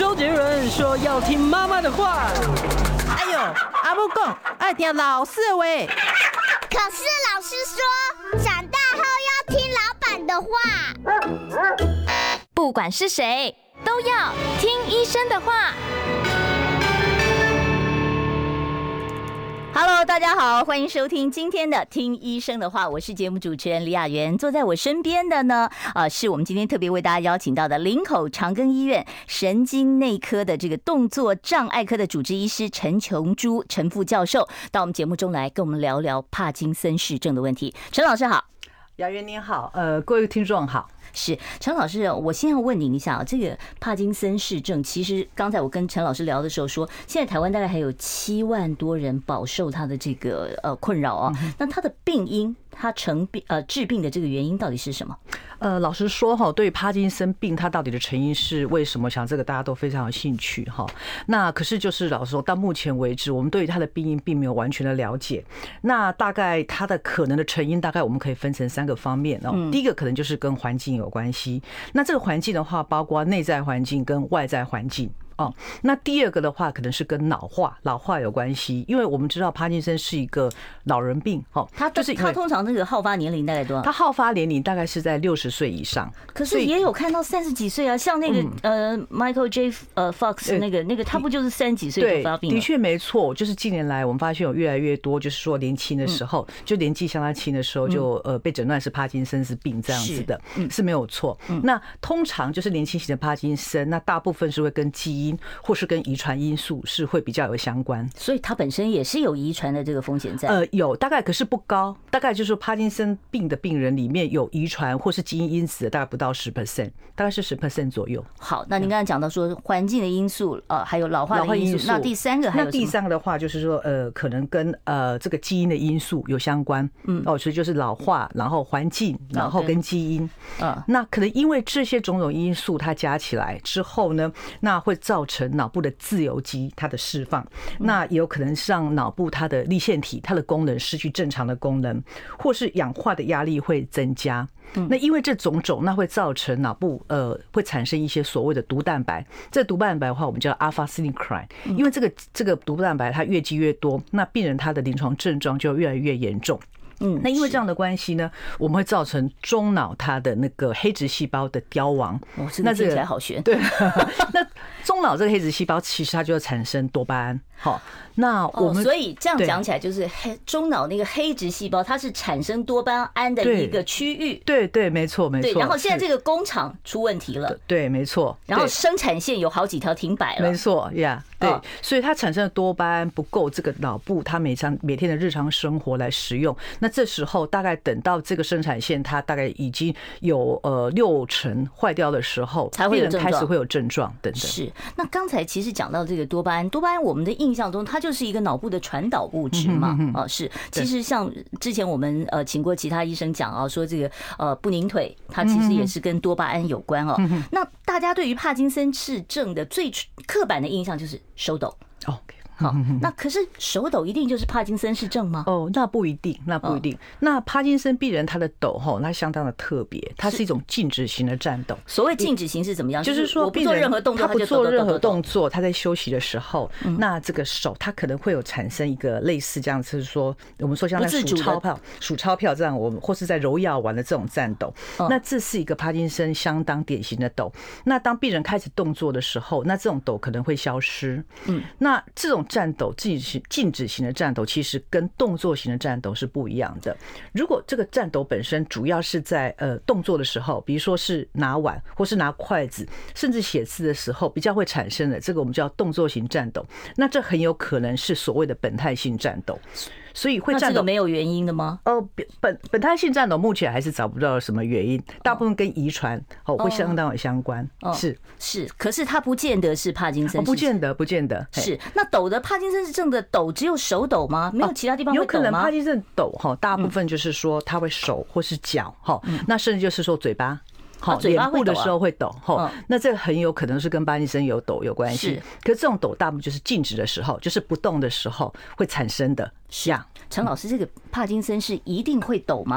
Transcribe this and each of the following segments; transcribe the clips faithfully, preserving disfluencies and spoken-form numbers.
周杰伦说要听妈妈的话。 哎呦，阿母讲爱听老师的话。 可是老师说，长大后要听老板的话。 不管是谁，都要听医生的话。Hello， 大家好，欢迎收听今天的《听医生的话》，我是节目主持人李雅媛。坐在我身边的呢，呃，是我们今天特别为大家邀请到的林口长庚医院神经内科的这个动作障碍科的主治医师陈琼珠陈副教授，到我们节目中来跟我们聊聊帕金森氏症的问题。陈老师好。 雅媛您好，呃，各位听众好。 是陈老师，我先要问您一下，这个帕金森氏症，其实刚才我跟陈老师聊的时候说，现在台湾大概还有七万多人饱受他的这个呃困扰啊。那他的病因，他成病呃治病的这个原因到底是什么？ 呃，老实说哈，对于帕金森病，它到底的成因是为什么？想这个大家都非常有兴趣哈。那可是就是老实说，到目前为止，我们对于它的病因并没有完全的了解。那大概它的可能的成因，大概我们可以分成三个方面哦。第一个可能就是跟环境有关系。那这个环境的话，包括内在环境跟外在环境。哦，那第二个的话，可能是跟老化、老化有关系，因为我们知道帕金森是一个老人病，哦， 它就是它通常那个好发年龄大概多少？ 它好发年龄大概是在六十岁以上， 可是也有看到三十几岁啊，像那个呃 Michael J 呃 Fox 那个那个他不就是三十几岁就发病了？ 的确没错，就是近年来我们发现有越来越多，就是说年轻的时候，就年纪相当轻的时候就呃被诊断是帕金森氏病这样子的，是没有错。那通常就是年轻型的帕金森，那大部分是会跟基因或是跟遗传因素是会比较有相关， 所以它本身也是有遗传的这个风险在。 呃，有大概可是不高，大概就是帕金森病的病人里面有遗传或是基因因子的大概不到十 percent， 大概是十 percent 左右。 好，那您刚才讲到说环境的因素，呃，还有老化的因素，那第三个还有什么？ 那第三个的话就是说，呃，可能跟呃这个基因的因素有相关，嗯，哦，所以就是老化，然后环境，然后跟基因，嗯，那可能因为这些种种因素它加起来之后呢，那会造成脑部的自由基它的释放，那也有可能让脑部它的粒线体它的功能失去正常的功能，或是氧化的压力会增加。那因为这种种，那会造成脑部呃会产生一些所谓的毒蛋白。这毒蛋白的话，我们叫 alpha synuclein。因为这个这个毒蛋白它越积越多，那病人他的临床症状就越来越严重。嗯，那因为这样的关系呢，我们会造成中脑它的那个黑质细胞的凋亡。 哦，这个听起来好悬。 对，那中脑这个黑质细胞其实它就会产生多巴胺。好，那我们、 哦、所以这样讲起来，就是黑中脑那个黑质细胞，它是产生多巴胺的一个区域。 对 对, 对，没错没错。 对，然后现在这个工厂出问题了。 对，没错。 然后生产线有好几条停摆了。 没错呀， yeah, 对、哦，所以它产生的多巴胺不够这个脑部它每常每天的日常生活来使用。那这时候大概等到这个生产线它大概已经有呃六成坏掉的时候， 才会有症状， 开始会有症状等等。 是。那刚才其实讲到这个多巴胺，多巴胺我们的印象中它就是一个脑部的传导物质嘛，啊是。其实像之前我们呃请过其他医生讲啊，说这个呃不宁腿，它其实也是跟多巴胺有关哦。那大家对于帕金森氏症的最刻板的印象就是手抖。 OK。 好，那可是手抖一定就是帕金森氏症吗？ 哦，那不一定，那不一定。那帕金森病人他的抖哈，那相当的特别，它是一种静止型的颤抖。 所谓静止型是怎么样？ 就是说， 我不做任何动作， 他不做任何动作，他在休息的时候，那这个手他可能会有产生一个类似这样，就是说，我们说像在数钞票、数钞票这样，我们或是在揉药丸的这种颤抖。那这是一个帕金森相当典型的抖。那当病人开始动作的时候，那这种抖可能会消失。嗯，那这种颤抖静止静止型的颤抖其实跟动作型的颤抖是不一样的。如果这个颤抖本身主要是在呃动作的时候，比如说是拿碗或是拿筷子，甚至写字的时候比较会产生的，这个我们叫动作型颤抖，那这很有可能是所谓的本态性颤抖。所以会颤抖没有原因的吗？ 哦，本本态性颤抖目前还是找不到什么原因，大部分跟遗传哦会相当有相关。是是，可是它不见得是帕金森氏症， 不见得不见得是。那抖的帕金森氏症的抖只有手抖吗？没有其他地方会抖吗？ 有可能帕金森抖哈，大部分就是说它会手或是脚哈，那甚至就是说嘴巴。好，脸部的时候会抖，吼，那这个很有可能是跟帕金森有抖有关系。可是这种抖大部分就是静止的时候，就是不动的时候会产生的。 是啊，陈老师，这个帕金森是一定会抖吗？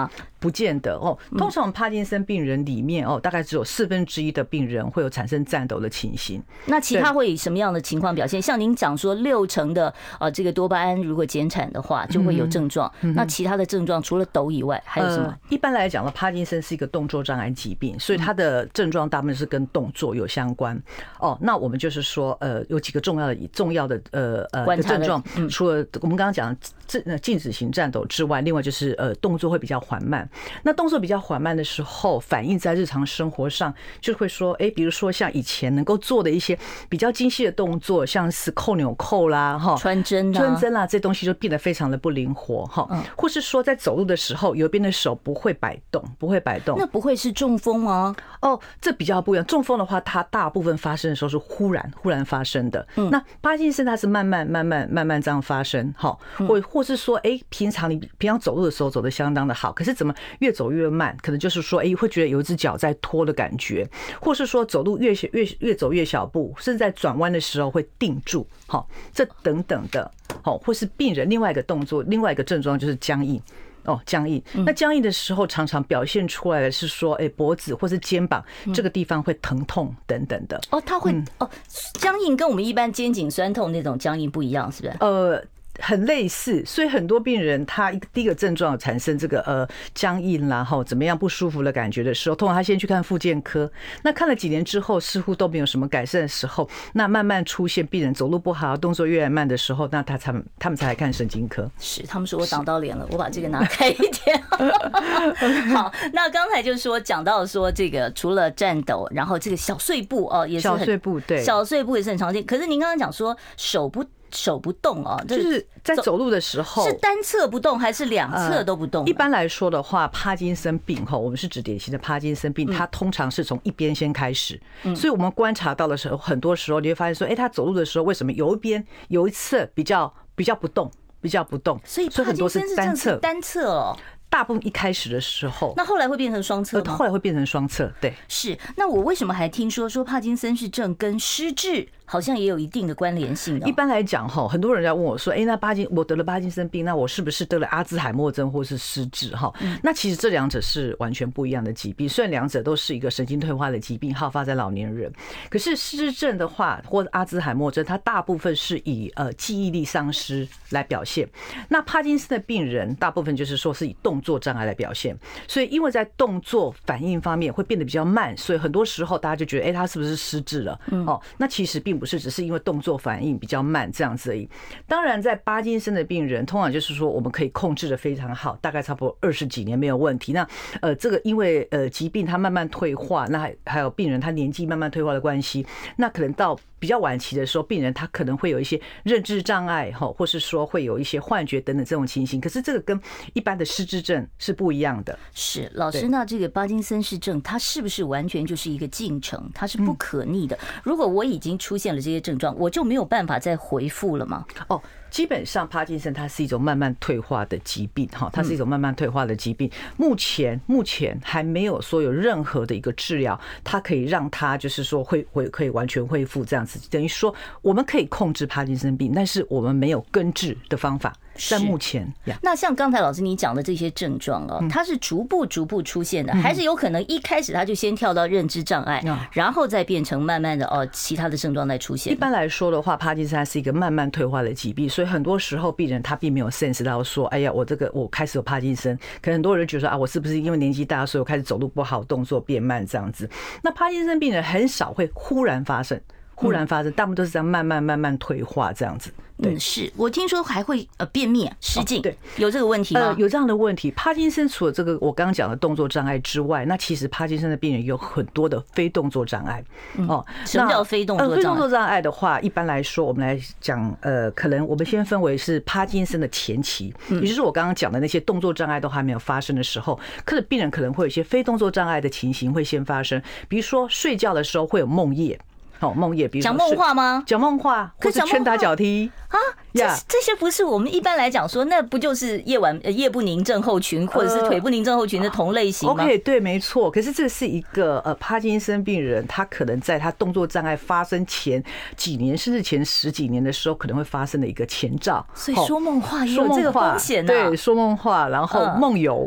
不见得哦。通常我们帕金森病人里面哦，大概只有四分之一的病人会有产生颤抖的情形。 那其他会以什么样的情况表现？像您讲说六成的呃这个多巴胺如果减产的话，就会有症状。那其他的症状除了抖以外，还有什么？ 呃、一般来讲呢，帕金森是一个动作障碍疾病，所以它的症状大部分是跟动作有相关。哦，那我们就是说，呃，有几个重要的重要的呃呃症状，除了我们刚刚讲的静止型颤抖之外，另外就是呃动作会比较缓慢。那动作比较缓慢的时候，反映在日常生活上，就会说，哎，比如说像以前能够做的一些比较精细的动作，像是扣纽扣啦、哈穿针、 穿针啦，这东西就变得非常的不灵活哈。或是说在走路的时候，有一边的手不会摆动，不会摆动。 那不会是中风吗？ 哦，这比较不一样。中风的话，它大部分发生的时候是忽然忽然发生的。那帕金森它是慢慢慢慢慢慢这样发生，哈，或或是说，哎，平常你平常走路的时候走得相当的好，可是怎么越走越慢？可能就是说，哎，会觉得有一只脚在拖的感觉，或是说走路越越越走越小步，甚至在转弯的时候会定住，好，这等等的，好，或是病人另外一个动作，另外一个症状就是僵硬。哦，僵硬。那僵硬的时候，常常表现出来的是说，哎，脖子或是肩膀这个地方会疼痛等等的。 哦，它会哦，僵硬跟我们一般肩颈酸痛那种僵硬不一样，是不是？ 呃。很类似，所以很多病人他第一个症状产生这个呃僵硬啦，哈怎么样不舒服的感觉的时候，通常他先去看复健科。那看了几年之后，似乎都没有什么改善的时候，那慢慢出现病人走路不好、动作越来越慢的时候，那他他们他们才来看神经科。 是，他们说我挡到脸了，我把这个拿开一点。好，那刚才就是说讲到说这个除了颤抖，然后这个小碎步哦也是很小碎步，对， 小碎步也是很常见。可是您刚刚讲说手不。手不动哦， 就是在走路的时候是单侧不动还是两侧都不动？ 一般来说的话，帕金森病哈，我们是指典型的帕金森病，它通常是从一边先开始，所以我们观察到的时候，很多时候你会发现说，哎，他走路的时候为什么有一边有一侧比较比较不动，比较不动？ 所以很多是单侧，单侧哦。 大部分一开始的时候， 那后来会变成双侧吗？ 后来会变成双侧，对。 是，那我为什么还听说说帕金森氏症跟失智好像也有一定的关联性呢？ 一般来讲哈，很多人在问我说，哎，那帕金我得了帕金森病，那我是不是得了阿兹海默症或是失智哈？那其实这两者是完全不一样的疾病，虽然两者都是一个神经退化的疾病，好发在老年人，可是失智症的话，或者阿兹海默症，它大部分是以呃记忆力丧失来表现。那帕金森的病人，大部分就是说是以动作障碍来表现，所以因为在动作反应方面会变得比较慢，所以很多时候大家就觉得，哎，他是不是失智了？哦，那其实并不是，只是因为动作反应比较慢这样子而已。当然，在帕金森的病人，通常就是说我们可以控制的非常好，大概差不多二十几年没有问题。那呃，这个因为呃疾病它慢慢退化，那还还有病人他年纪慢慢退化的关系，那可能到比较晚期的时候，病人他可能会有一些认知障碍哈，或是说会有一些幻觉等等这种情形。可是这个跟一般的失智症是不一样的。 是老师，那这个帕金森氏症，它是不是完全就是一个进程？它是不可逆的。如果我已经出现了这些症状，我就没有办法再回复了吗？ 哦。基本上，帕金森它是一种慢慢退化的疾病，哈，它是一种慢慢退化的疾病。目前目前还没有说有任何的一个治疗，它可以让它就是说会会可以完全恢复这样子。等于说，我们可以控制帕金森病，但是我们没有根治的方法。在目前， 那像刚才老师你讲的这些症状哦，它是逐步逐步出现的，还是有可能一开始它就先跳到认知障碍，然后再变成慢慢的哦其他的症状再出现？ 一般来说的话，帕金森是一个慢慢退化的疾病，所以很多时候病人他并没有 sense 到说，哎呀，我这个我开始有帕金森，可能很多人觉得说啊，我是不是因为年纪大，所以我开始走路不好，动作变慢这样子？那帕金森病人很少会忽然发生。忽然发生，大部分都是这样慢慢慢慢退化这样子。 嗯，是我听说还会呃便秘、失禁，对，有这个问题吗？ 呃，有这样的问题。帕金森除了这个我刚刚讲的动作障碍之外，那其实帕金森的病人有很多的非动作障碍。 哦，什么叫非动作障碍？ 非动作障碍的话，一般来说，我们来讲，呃，可能我们先分为是帕金森的前期，也就是我刚刚讲的那些动作障碍都还没有发生的时候，可能病人可能会有一些非动作障碍的情形会先发生，比如说睡觉的时候会有梦夜。哦，梦夜，比如讲梦话吗？ 讲梦话，或是拳打脚踢啊？这这些不是我们一般来讲说，那不就是夜晚夜不宁症候群，或者是腿不宁症候群的同类型吗 ？OK， 对，没错。可是这是一个呃帕金森病人，他可能在他动作障碍发生前几年，甚至前十几年的时候，可能会发生的一个前兆。 所以说梦话也有这个风险呢。 对，说梦话，然后梦游。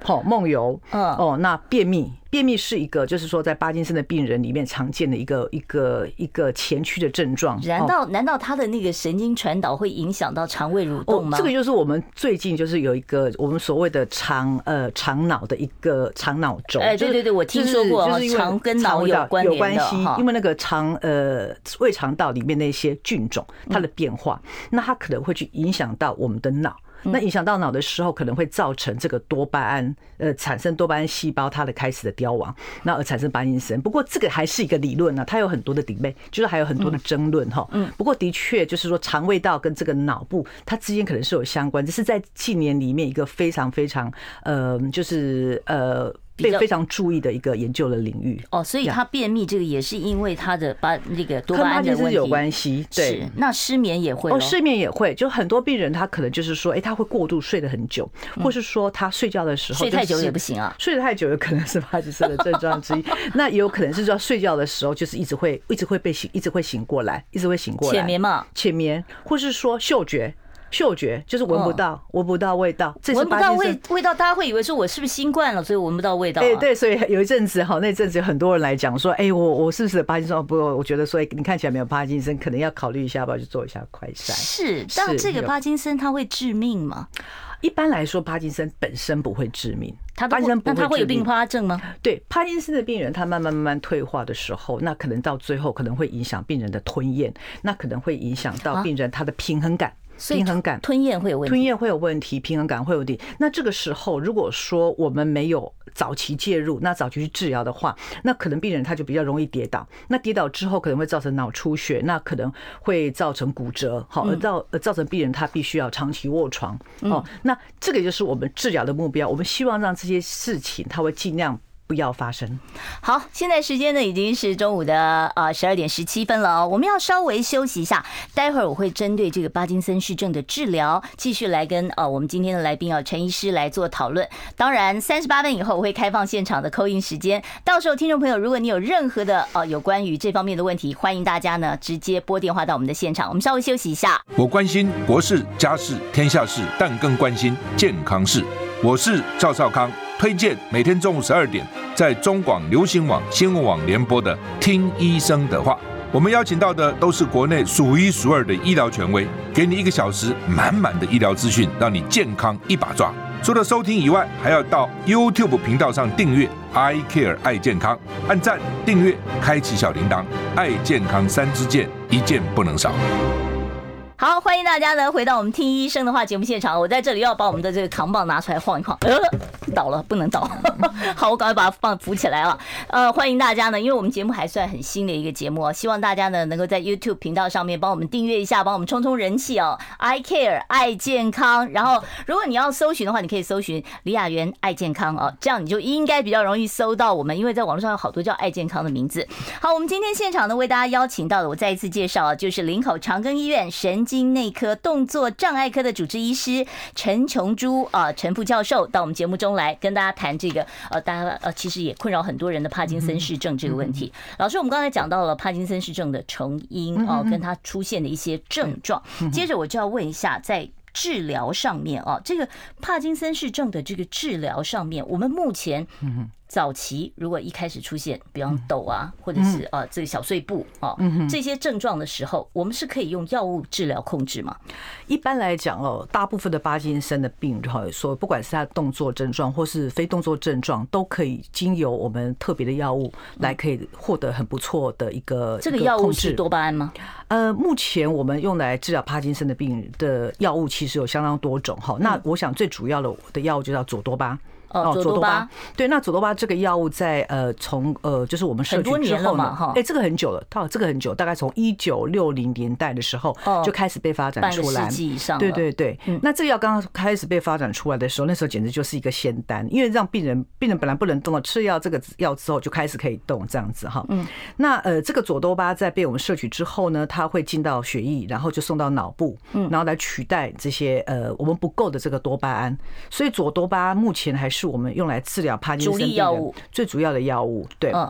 好梦游，哦，那便秘。便秘是一个，就是说在帕金森的病人里面常见的一个一个一个前驱的症状。 难道难道他的那个神经传导会影响到肠胃蠕动吗？ 哦，这个就是我们最近就是有一个我们所谓的肠呃肠脑的一个肠脑轴。 哎，对对对，我听说过，就是肠跟脑有关有关系，因为那个肠呃胃肠道里面那些菌种它的变化，那它可能会去影响到我们的脑。那影响到脑的时候，可能会造成这个多巴胺，呃，产生多巴胺细胞它的开始的凋亡，那而产生帕金森。不过这个还是一个理论呢，它有很多的 debate， 就是还有很多的争论哈。嗯。不过的确就是说，肠胃道跟这个脑部它之间可能是有相关，这是在近年里面一个非常非常呃，就是呃。被非常注意的一个研究的领域哦，所以他便秘这个也是因为他的把那个多巴胺的问题有关系，对。 是，那失眠也会哦，失眠也会，就很多病人他可能就是说，哎，他会过度睡得很久，或是说他睡觉的时候睡太久也不行啊， 睡得太久有可能是帕金森的症状之一。那也有可能是说睡觉的时候就是一直会一直会被醒，一直会醒过来，一直会醒过来， 浅眠嘛， 浅眠，或是说嗅觉。嗅觉就是闻不到，闻不到味道， 闻不到味味道，大家会以为说我是不是新冠了，所以闻不到味道。 哎，对，所以有一阵子哈，那阵子有很多人来讲说，哎，我我是不是帕金森？不，我觉得说你看起来没有帕金森，可能要考虑一下，要不要去做一下快筛。 是，但这个帕金森它会致命吗？ 一般来说，帕金森本身不会致命， 帕金森那他会有并发症吗？ 对，帕金森的病人，他慢慢慢慢退化的时候，那可能到最后可能会影响病人的吞咽，那可能会影响到病人他的平衡感。平衡感、 吞咽会有问题， 吞咽会有问题，平衡感会有问题。那这个时候，如果说我们没有早期介入，那早期去治疗的话，那可能病人他就比较容易跌倒。那跌倒之后，可能会造成脑出血，那可能会造成骨折，好，而造而造成病人他必须要长期卧床。哦，那这个就是我们治疗的目标。我们希望让这些事情，他会尽量不要发生。 好，现在时间呢已经是中午的呃十二点十七分了哦，我们要稍微休息一下，待会儿我会针对这个帕金森氏症的治疗，继续来跟呃我们今天的来宾啊陈医师来做讨论。当然，三十八分以后我会开放现场的call in时间，到时候听众朋友，如果你有任何的呃有关于这方面的问题，欢迎大家呢直接拨电话到我们的现场。我们稍微休息一下。 我关心国事、家事、天下事，但更关心健康事。我是赵少康，推荐每天中午十二点在中广流行网、新闻网联播的《听医生的话》。我们邀请到的都是国内数一数二的医疗权威，给你一个小时满满的医疗资讯，让你健康一把抓。除了收听以外，还要到 YouTube 频道上订阅 I Care 爱健康，按赞、订阅、开启小铃铛，爱健康三支箭，一件不能少。 好，欢迎大家呢回到我们听医生的话节目现场。我在这里要把我们的这个扛棒拿出来晃一晃，呃，倒了，不能倒。好，我赶快把它放扶起来了。呃，欢迎大家呢，因为我们节目还算很新的一个节目哦，希望大家呢能够在 YouTube 频道上面帮我们订阅一下，帮我们冲冲人气哦。I Care 爱健康，然后如果你要搜寻的话，你可以搜寻李雅媛爱健康哦，这样你就应该比较容易搜到我们，因为在网络上有好多叫爱健康的名字。好，我们今天现场呢为大家邀请到的，我再一次介绍啊，就是林口长庚医院神经内科动作障碍科的主治医师陈琼珠啊，陈副教授到我们节目中来跟大家谈这个呃，大家呃其实也困扰很多人的帕金森氏症这个问题。老师，我们刚才讲到了帕金森氏症的成因啊，跟它出现的一些症状，接着我就要问一下，在治疗上面啊，这个帕金森氏症的这个治疗上面，我们目前早期如果一开始出现，比方抖啊，或者是啊这个小碎步啊这些症状的时候，我们是可以用药物治疗控制吗？ 一般来讲哦，大部分的帕金森的病人说，不管是他的动作症状或是非动作症状，都可以经由我们特别的药物来可以获得很不错的一个这个药物是多巴胺吗？ 呃，目前我们用来治疗帕金森的病人的药物其实有相当多种哈。那我想最主要的的药物就叫左多巴。 哦，左多巴， 对，那左多巴这个药物在呃从呃就是我们摄取之后呢，哎，这个很久了，到这个很久，大概从一九六零年代的时候就开始被发展出来， 半个世纪以上， 对对对。那这个药刚刚开始被发展出来的时候，那时候简直就是一个仙丹，因为让病人病人本来不能动了，吃药这个药之后就开始可以动，这样子哈。嗯。那呃，这个左多巴在被我们摄取之后呢，它会进到血液，然后就送到脑部，然后来取代这些呃我们不够的这个多巴胺，所以左多巴目前还是我们用来治疗帕金森病人最主要的药物，对。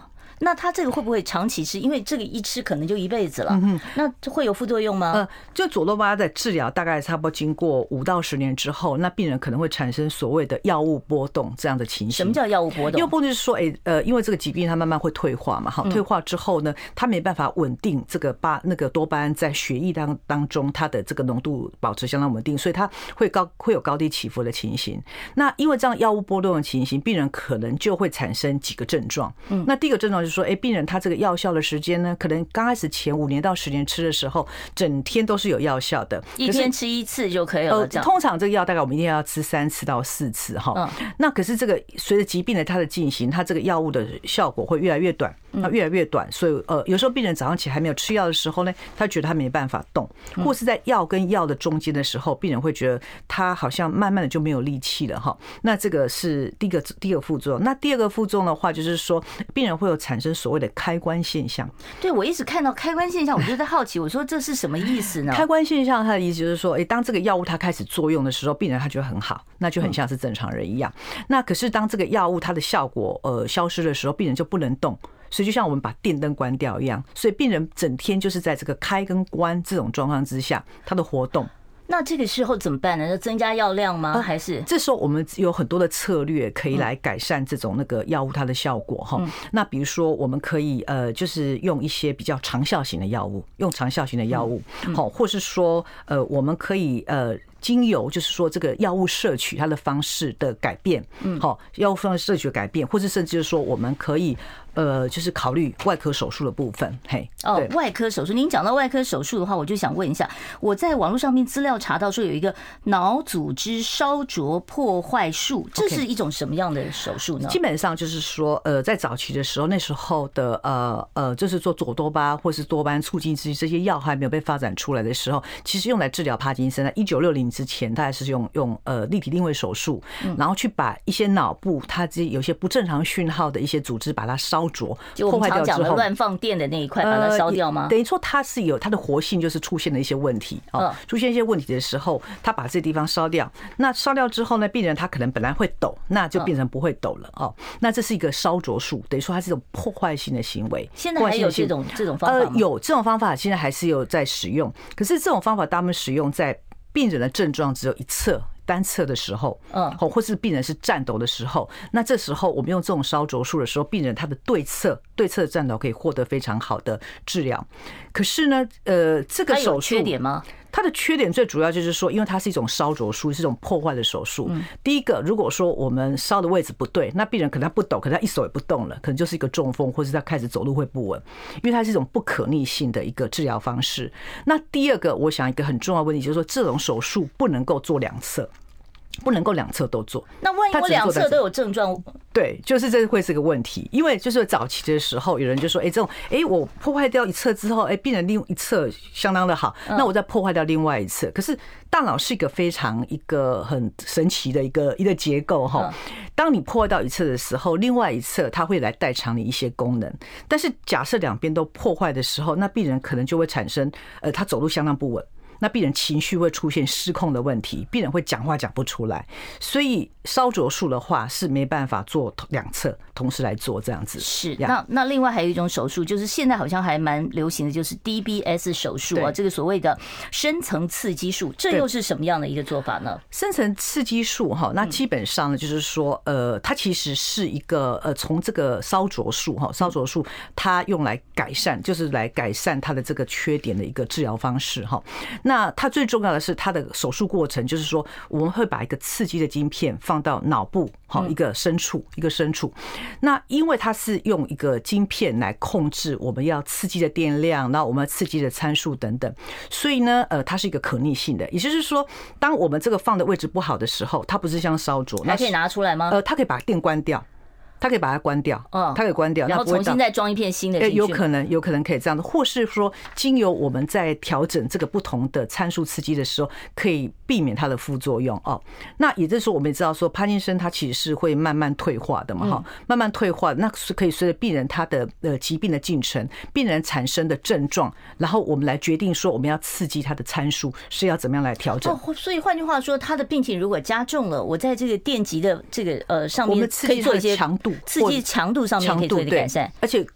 那他这个会不会长期吃？因为这个一吃可能就一辈子了，嗯、那会有副作用吗？ 呃，就左多巴在治疗大概差不多经过五到十年之后，那病人可能会产生所谓的药物波动这样的情形。 什么叫药物波动？ 药物波动就是说，哎、欸，呃，因为这个疾病它慢慢会退化嘛，哈，退化之后呢，它没办法稳定这个巴那个多巴胺在血液当当中它的这个浓度保持相当稳定，所以它会高会有高低起伏的情形。那因为这样药物波动的情形，病人可能就会产生几个症状。嗯，那第一个症状就是说，哎、欸，病人他这个药效的时间呢，可能刚开始前五年到十年吃的时候，整天都是有药效的， 一天吃一次就可以了。这样， 通常这个药大概我们一天要吃三次到四次哈。那可是这个随着疾病的它的进行，它这个药物的效果会越来越短，那越来越短，所以呃，有时候病人早上起来还没有吃药的时候呢，他觉得他没办法动，或是在药跟药的中间的时候，病人会觉得他好像慢慢的就没有力气了哈。那这个是第一个第一个副作用。那第二个副作用的话，就是说病人会有产生所谓的开关现象。 对，我一直看到开关现象，我就在好奇，我说这是什么意思呢？ 开关现象，它的意思就是说，哎，当这个药物它开始作用的时候，病人他觉得很好，那就很像是正常人一样。那可是当这个药物它的效果呃消失的时候，病人就不能动。所以就像我们把电灯关掉一样，所以病人整天就是在这个开跟关这种状况之下，他的活动。 那这个时候怎么办呢？要增加药量吗？还是这时候我们有很多的策略可以来改善这种那个药物它的效果哈。那比如说我们可以呃，就是用一些比较长效型的药物，用长效型的药物，好，或是说呃，我们可以呃。经由就是说这个药物摄取它的方式的改变，嗯，好，药物方式摄取的改变，或是甚至就是说我们可以呃，就是考虑外科手术的部分，嘿， 哦，外科手术，您讲到外科手术的话，我就想问一下，我在网络上面资料查到说有一个脑组织烧灼破坏术，这是一种什么样的手术呢？ 基本上就是说，呃，在早期的时候，那时候的呃呃，就是做左多巴或是多巴胺促进剂这些药还没有被发展出来的时候，其实用来治疗帕金森，在一九六零之前，大概是用用呃立体定位手术，然后去把一些脑部它这有些不正常讯号的一些组织把它烧灼破坏掉之后，就我们常讲的乱放电的那一块把它烧掉吗？ 等于说它是有它的活性，就是出现了一些问题哦，出现一些问题的时候，它把这地方烧掉。那烧掉之后呢，病人他可能本来会抖，那就变成不会抖了哦。那这是一个烧灼术，等于说它是一种破坏性的行为。 现在还有这种这种方法吗？ 呃，有这种方法，现在还是有在使用。可是这种方法他们使用在病人的症状只有一侧单侧的时候，嗯，或是病人是颤抖的时候，那这时候我们用这种烧灼术的时候，病人他的对侧对侧颤抖可以获得非常好的治疗。可是呢，呃，这个手术有缺点吗？ 它的缺点最主要就是说，因为它是一种烧灼术，是一种破坏的手术。第一个，如果说我们烧的位置不对，那病人可能他不抖，可能他一手也不动了，可能就是一个中风，或是他开始走路会不稳，因为它是一种不可逆性的一个治疗方式。那第二个，我想一个很重要的问题就是说，这种手术不能够做两侧。不能够两侧都做， 那万一我两侧都有症状， 对，就是这会是个问题。因为就是早期的时候，有人就说，哎，这种，哎，我破坏掉一侧之后，哎，病人另一侧相当的好，那我再破坏掉另外一侧。可是大脑是一个非常一个很神奇的一个一个结构哈。当你破坏到一侧的时候，另外一侧它会来代偿你一些功能。但是假设两边都破坏的时候，那病人可能就会产生，呃，他走路相当不稳。那病人情绪会出现失控的问题，病人会讲话讲不出来，所以烧灼术的话是没办法做两侧同时来做这样子。 是，那那另外还有一种手术，就是现在好像还蛮流行的，就是 D B S 手术啊，这个所谓的深层刺激术，这又是什么样的一个做法呢？ 深层刺激术哈，那基本上呢就是说，呃，它其实是一个呃，从这个烧灼术哈，烧灼术它用来改善，就是来改善它的这个缺点的一个治疗方式哈。那那它最重要的是它的手术过程，就是说我们会把一个刺激的晶片放到脑部，好一个深处，一个深处。那因为它是用一个晶片来控制我们要刺激的电量，那我们要刺激的参数等等，所以呢，呃，它是一个可逆性的。也就是说，当我们这个放的位置不好的时候，它不是像烧灼， 还可以拿出来吗？ 呃，它可以把电关掉。它可以把它关掉，它可以关掉， 然后重新再装一片新的进去。 有可能，有可能可以这样的，或是说，经由我们在调整这个不同的参数刺激的时候，可以避免它的副作用哦。那也就是说，我们也知道说，帕金森它其实是会慢慢退化的嘛，哈，慢慢退化，那是可以随着病人他的呃疾病的进程，病人产生的症状，然后我们来决定说我们要刺激它的参数是要怎么样来调整。 哦，所以换句话说，他的病情如果加重了，我在这个电极的这个呃上面可以做一些强度。 刺激强度上面可以做一个改善， 而且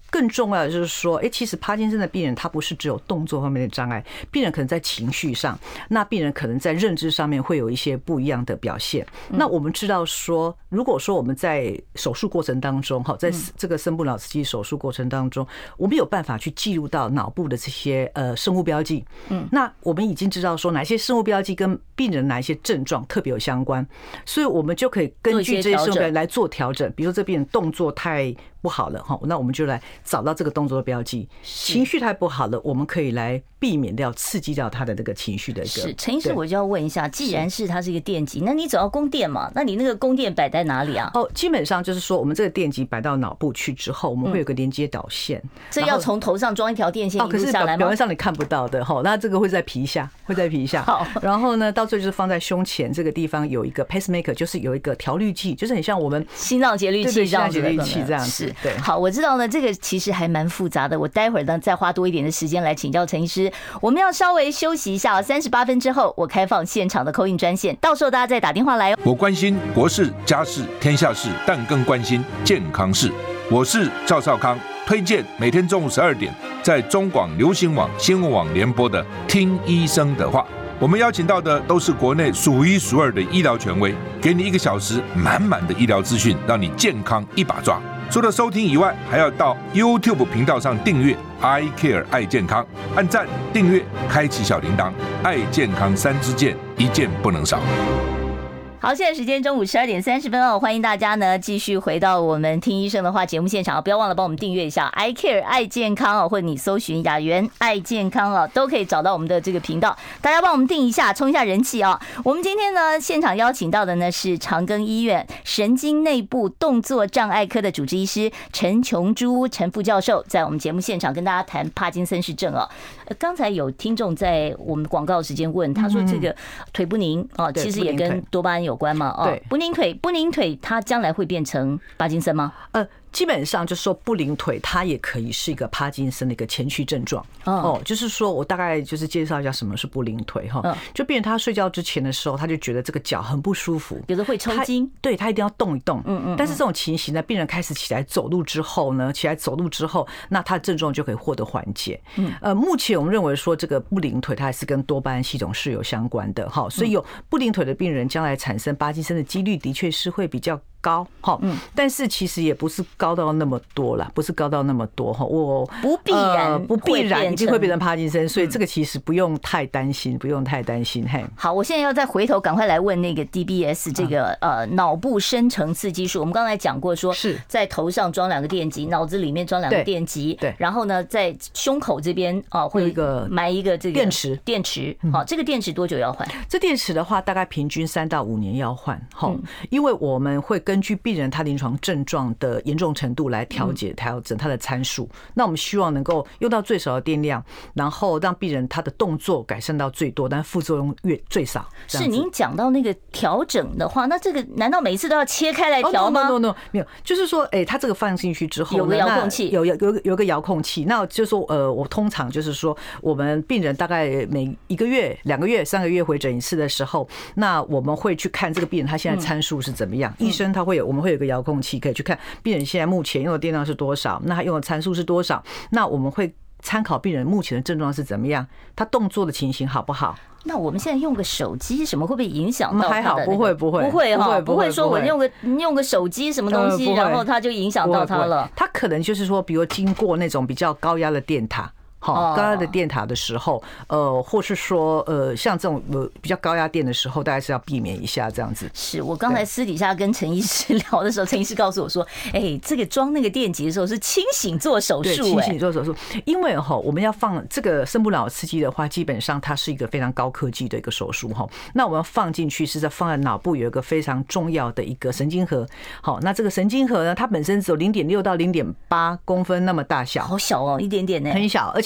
更重要的就是说，哎，其实帕金森的病人他不是只有动作方面的障碍，病人可能在情绪上，那病人可能在认知上面会有一些不一样的表现。那我们知道说，如果说我们在手术过程当中，哈，在这个深部脑刺激手术过程当中，我们有办法去记录到脑部的这些呃生物标记，嗯，那我们已经知道说哪些生物标记跟病人哪一些症状特别有相关，所以我们就可以根据这些生物标记来做调整。比如说这病人动作太不好了哈，那我们就来找到这个动作的标记。情绪太不好了，我们可以来避免掉刺激掉他的这个情绪的一个。 是陈医师，我就要问一下，既然是它是一个电极，那你总要供电嘛？那你那个供电摆在哪里啊？ 哦，基本上就是说，我们这个电极摆到脑部去之后，我们会有个连接导线。 这要从头上装一条电线一路下来吗？ 表面上你看不到的哈，那这个会在皮下，会在皮下。好，然后呢，到最后就是放在胸前这个地方有一个 pacemaker， 就是有一个调律器，就是很像我们心脏节律器这样子的。 心脏节律器这样子。对， 好，我知道呢，这个其实还蛮复杂的。我待会儿呢再花多一点的时间来请教陈医师。我们要稍微休息一下，三十八分之后我开放现场的 call in 专线，到时候大家再打电话来哦。 我关心国事、家事、天下事，但更关心健康事。我是赵少康，推荐每天中午十二点在中广流行网、新闻网联播的《听医生的话》。我们邀请到的都是国内数一数二的医疗权威，给你一个小时满满的医疗资讯，让你健康一把抓。除了收听以外，还要到 YouTube 频道上订阅 I Care 爱健康，按赞、订阅、开启小铃铛，爱健康三支箭，一件不能少。 好，现在时间中午十二点三十分哦，欢迎大家呢继续回到我们听医生的话节目现场，不要忘了帮我们订阅一下 I Care 爱健康哦，或者你搜寻雅媛爱健康哦，都可以找到我们的这个频道，大家帮我们订一下，冲一下人气哦。我们今天呢现场邀请到的呢是长庚医院神经内部动作障碍科的主治医师陈琼珠陈副教授，在我们节目现场跟大家谈帕金森氏症哦。刚才有听众在我们广告时间问，他说这个腿不宁哦，其实也跟多巴胺有关嘛？哦，不宁腿，不宁腿，它将来会变成帕金森吗？ 呃，基本上就是说不灵腿，它也可以是一个帕金森的一个前驱症状。哦，就是说我大概就是介绍一下什么是不灵腿哈。就病人他睡觉之前的时候，他就觉得这个脚很不舒服， 有的会抽筋， 对他一定要动一动。嗯嗯。但是这种情形呢，病人开始起来走路之后呢，起来走路之后，那他的症状就可以获得缓解。嗯。呃，目前我们认为说这个不灵腿它还是跟多巴胺系统是有相关的哈，所以有不灵腿的病人将来产生帕金森的几率的确是会比较高哈，但是其实也不是高到那么多啦，不是高到那么多哈。我不必然、呃、 不必然一定会变成帕金森，所以这个其实不用太担心，不用太担心。嘿， 好，我现在要再回头赶快来问那个 D B S 这个呃脑部深层刺激术。我们刚才讲过说，是在头上装两个电极，脑子里面装两个电极，对，然后呢在胸口这边啊会埋一个这个电池， 电池。好，这个电池多久要换？ 这电池的话，大概平均三到五年要换。好，因为我们会跟根据病人他临床症状的严重程度来调节调整他的参数，那我们希望能够用到最少的电量，然后让病人他的动作改善到最多，但副作用越最少。 是您讲到那个调整的话，那这个难道每一次都要切开来调吗？ ？No No No， 没有，就是说，哎，他这个放进去之后， 有个遥控器， 有有有有个遥控器，那就是说，呃，我通常就是说，我们病人大概每一个月、两个月、三个月回诊一次的时候，那我们会去看这个病人他现在参数是怎么样，医生他会有，我们会有个遥控器可以去看病人现在目前用的电量是多少，那他用的参数是多少，那我们会参考病人目前的症状是怎么样，他动作的情形好不好。 那我们现在用个手机什么会不会影响到他的、那个？ 还好，不会不会不会哈，不会说我用个用个手机什么东西，然后它就影响到他了。 他可能就是说，比如经过那种比较高压的电塔。好，高压的电塔的时候，呃，或是说，呃，像这种呃比较高压电的时候，大概是要避免一下这样子。 是我刚才私底下跟陈医师聊的时候，陈医师告诉我说，哎，这个装那个电极的时候是清醒做手术， 清醒做手术，因为哈，我们要放这个深部脑刺激的话，基本上它是一个非常高科技的一个手术哈。那我们放进去是在放在脑部有一个非常重要的一个神经核，好，那这个神经核呢，它本身只有零点六到零点八公分那么大小， 好小哦，一点点呢， 很小，而且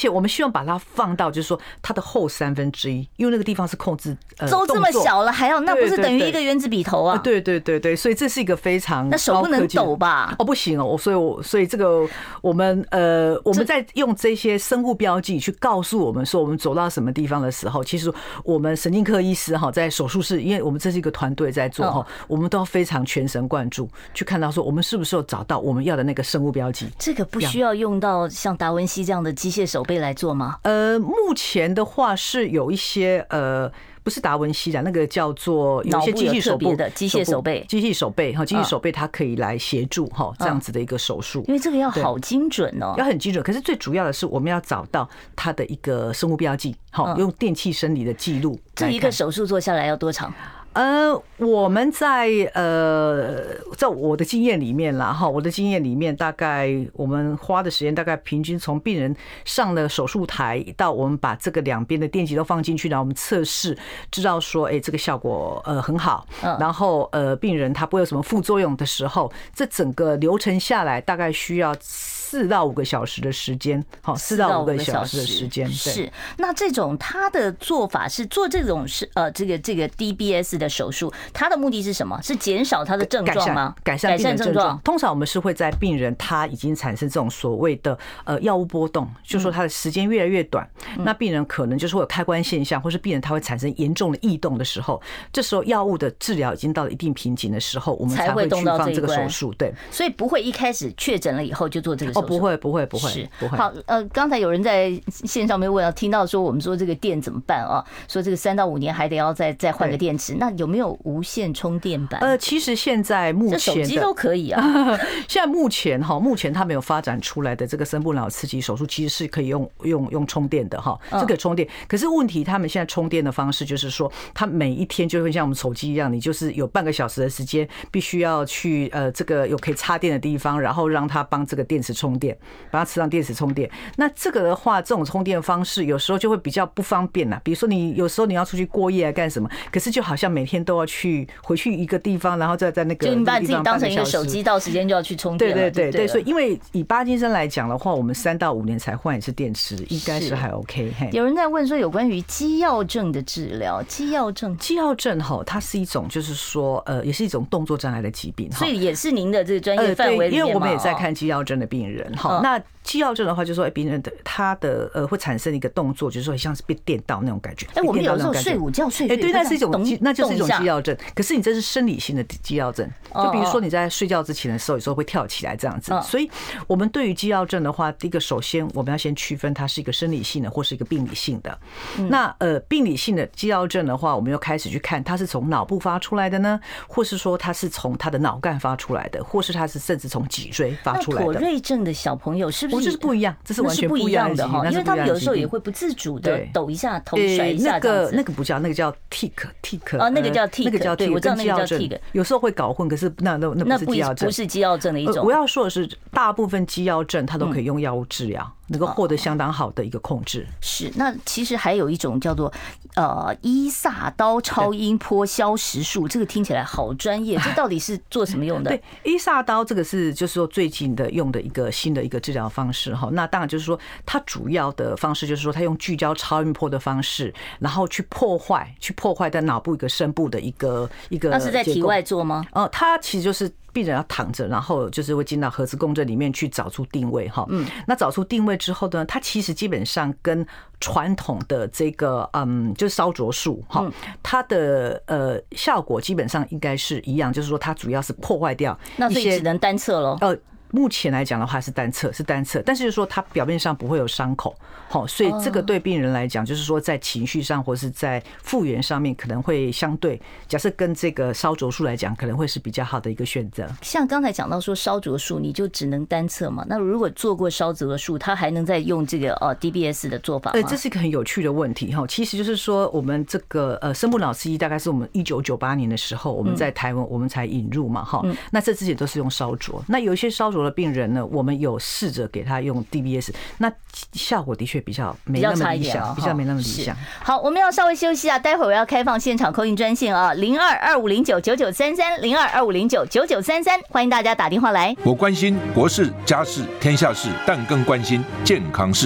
且我们希望把它放到就是说它的后三分之一，因为那个地方是控制呃都这么小了，还要那不是等于一个原子笔头啊？ 对对对对，所以这是一个非常那手不能抖吧？ 哦，不行哦，所以我所以这个我们呃我们在用这些生物标记去告诉我们说我们走到什么地方的时候，其实我们神经科医师哈在手术室，因为我们这是一个团队在做哈，我们都要非常全神贯注去看到说我们是不是有找到我们要的那个生物标记。 这个不需要用到像达文西这样的机械手背来做吗？ 呃，目前的话是有一些呃。不是达文西的，那个叫做有一些机器手部的机械手背， 机器手背哈，机器手背它可以来协助哈这样子的一个手术， 因为这个要好精准哦， 要很精准。可是最主要的是我们要找到它的一个生物标记，好，用电气生理的记录。 这一个手术做下来要多长？ 呃，我们在呃，在我的经验里面啦，哈，我的经验里面，大概我们花的时间大概平均从病人上了手术台到我们把这个两边的电极都放进去，然后我们测试，知道说，哎，这个效果呃很好，然后呃，病人他不会有什么副作用的时候，这整个流程下来大概需要四到五个小时的时间，好，四到五个小时的时间。 是，那这种他的做法是做这种是呃这个这个 D B S 的手术，它的目的是什么？是减少他的症状吗？ 改善改善症状。通常我们是会在病人他已经产生这种所谓的呃药物波动，就是说他的时间越来越短，那病人可能就是会有开关现象，或是病人他会产生严重的异动的时候，这时候药物的治疗已经到了一定瓶颈的时候，我们才会去放这个手术。对， 所以不会一开始确诊了以后就做这个手术。 哦，不会不会不会不会。 好，呃，刚才有人在线上面问啊，听到说我们说这个电怎么办啊？说这个三到五年还得要再再换个电池，那有没有无线充电板？ 呃，其实现在目前手机都可以啊。 现在目前哈，目前它没有发展出来的这个深部脑刺激手术，其实是可以用用用充电的哈，是可以充电。可是问题，他们现在充电的方式就是说，它每一天就会像我们手机一样，你就是有半个小时的时间，必须要去呃这个有可以插电的地方，然后让它帮这个电池充电，帮它让电池充电。那这个的话，这种充电方式有时候就会比较不方便啦。比如说你有时候你要出去过夜干什么，可是就好像每天都要去回去一个地方，然后再在那个就你把自己当成一个手机，到时间就要去充电。 对对对对，所以因为以巴金森来讲的话，我们三到五年才换一次电池，应该是还 OK。 有人在问说，有关于肌药症的治疗，肌药症， 肌药症哈，它是一种就是说呃，也是一种动作障碍的疾病， 所以也是您的这个专业范围里面嘛。 因为我们也在看肌药症的病人哈，那。肌药症的话，就是说病人的他的呃会产生一个动作，就是说像是被电到那种感觉。 哎，我们有时候睡午觉睡， 哎，对，那是一种肌，那就是一种肌药症。可是你这是生理性的肌药症，就比如说你在睡觉之前的时候，有时候会跳起来这样子。所以我们对于肌药症的话，第一个首先我们要先区分它是一个生理性的或是一个病理性的。那呃病理性的肌药症的话，我们又开始去看它是从脑部发出来的呢，或是说它是从他的脑干发出来的，或是它是甚至从脊椎发出来的。 妥瑞症的小朋友是不是？ 就是不一样，这是完全不一样的哈， 因为他们有时候也会不自主的抖一下头，甩一下。 那个那个不叫，那个叫 tic tic 哦，那个叫 tic， 那个叫 tic， 我知道那个叫 tic。 有时候会搞混，可是那那那不是肌药症， 不是肌药症的一种。 我要说的是，大部分肌药症它都可以用药物治疗，能够获得相当好的一个控制。 是，那其实还有一种叫做呃伊萨刀超音波消食术，这个听起来好专业，这到底是做什么用的？ 对，伊萨刀这个是就是说最近的用的一个新的一个治疗方式哈。那当然就是说，它主要的方式就是说，它用聚焦超音波的方式，然后去破坏去破坏在脑部一个深部的一个一个。 那是在体外做吗？ 哦，它其实就是病人要躺着，然后就是会进到核磁共振里面去找出定位哈。嗯，那找出定位之后呢，它其实基本上跟传统的这个嗯，就是烧灼术哈，它的呃效果基本上应该是一样，就是说它主要是破坏掉一些， 那所以只能单侧咯。呃。 目前来讲的话是单侧，是单侧，但是就是说它表面上不会有伤口，好，所以这个对病人来讲，就是说在情绪上或是在复原上面可能会相对，假设跟这个烧灼术来讲，可能会是比较好的一个选择。 像刚才讲到说烧灼术，你就只能单侧嘛？那如果做过烧灼术，他还能再用这个呃 D B S 的做法吗？ 呃，这是一个很有趣的问题哈。其实就是说，我们这个呃深部脑刺激大概是我们一九九八年的时候，我们在台湾我们才引入嘛哈。那这之前都是用烧灼，那有一些烧灼的病人呢，我们有试着给他用 D B S， 那效果的确比较没那么理想，比较没那么理想。 好，我们要稍微休息啊，待会儿我要开放现场 call in 专线啊，零二二五零九九九三三，零二二五零九九九三三，欢迎大家打电话来。 我关心国事、家事、天下事，但更关心健康事。